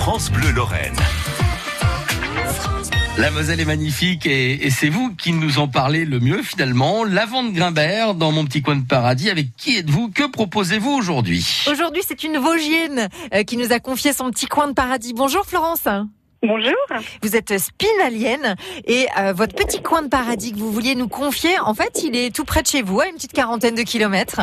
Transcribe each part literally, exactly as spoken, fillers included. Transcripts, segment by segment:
France Bleu Lorraine. La Moselle est magnifique et, et c'est vous qui nous en parlez le mieux finalement. Lavande Grimbert dans Mon Petit Coin de Paradis. Avec qui êtes-vous? Que proposez-vous aujourd'hui? Aujourd'hui, c'est une Vosgienne euh, qui nous a confié son petit coin de paradis. Bonjour Florence. Bonjour. Vous êtes spinalienne et euh, votre petit coin de paradis que vous vouliez nous confier, en fait, il est tout près de chez vous, à une petite quarantaine de kilomètres.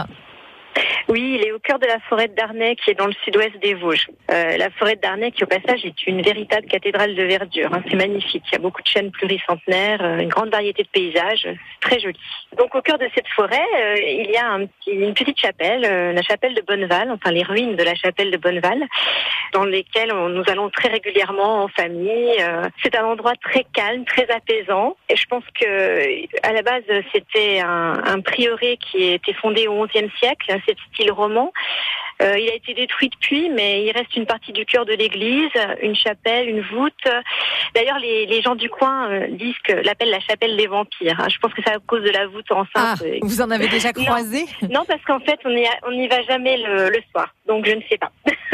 Oui, il est au cœur de la forêt de Darney qui est dans le sud-ouest des Vosges. Euh, la forêt de Darney qui au passage est une véritable cathédrale de verdure. Hein. C'est magnifique, il y a beaucoup de chênes pluricentenaires, euh, une grande variété de paysages, c'est très joli. Donc au cœur de cette forêt, euh, il y a un petit, une petite chapelle, euh, la chapelle de Bonneval, enfin les ruines de la chapelle de Bonneval, dans lesquelles on, nous allons très régulièrement en famille. Euh, c'est un endroit très calme, très apaisant. Et je pense que à la base c'était un, un prieuré qui a été fondé au onzième siècle, hein, c'est style roman. Euh, il a été détruit depuis, mais il reste une partie du cœur de l'église, une chapelle, une voûte. D'ailleurs, les, les gens du coin euh, disent que l'appellent la chapelle des vampires. Hein. Je pense que c'est à cause de la voûte enceinte. Ah, vous en avez déjà croisé? Non, non, parce qu'en fait, on n'y on n'y va jamais le, le soir, donc je ne sais pas.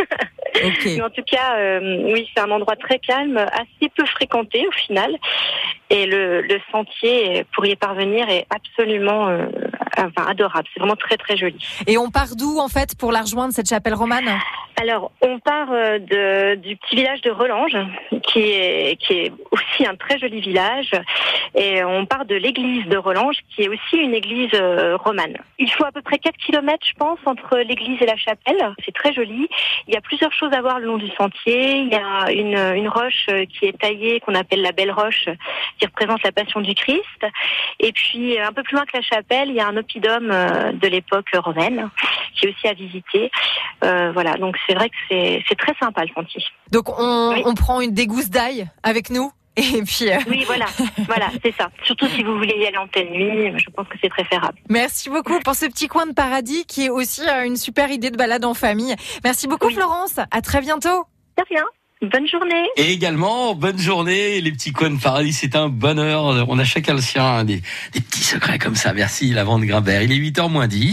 Okay. Mais en tout cas, euh, oui, c'est un endroit très calme, assez peu fréquenté au final. Et le, le sentier pour y parvenir est absolument euh, enfin, adorable. C'est vraiment très très joli. Et on part d'où en fait pour la rejoindre, cette chapelle romane? Alors, on part de, du petit village de Relange, qui est, qui est aussi un très joli village. Et on part de l'église de Relange, qui est aussi une église euh, romane. Il faut à peu près quatre kilomètres, je pense, entre l'église et la chapelle. C'est très joli. Il y a plusieurs choses à voir le long du sentier. Il y a une, une roche qui est taillée, qu'on appelle la Belle Roche, qui représente la Passion du Christ. Et puis, un peu plus loin que la chapelle, il y a un oppidum de l'époque romaine, qui est aussi à visiter. Euh, voilà, donc c'est vrai que c'est, c'est très sympa le sentier. Donc on, oui. on prend une des gousses d'ail avec nous et puis. Euh... Oui, voilà, voilà, c'est ça. Surtout si vous voulez y aller en pleine nuit, je pense que c'est préférable. Merci beaucoup pour ce petit coin de paradis qui est aussi une super idée de balade en famille. Merci beaucoup oui. Florence. À très bientôt. De rien. Bonne journée. Et également, bonne journée. Les petits coins de paradis, c'est un bonheur. On a chacun le sien, des, des petits secrets comme ça. Merci, Lavande Grimbert. Il est huit heures moins dix.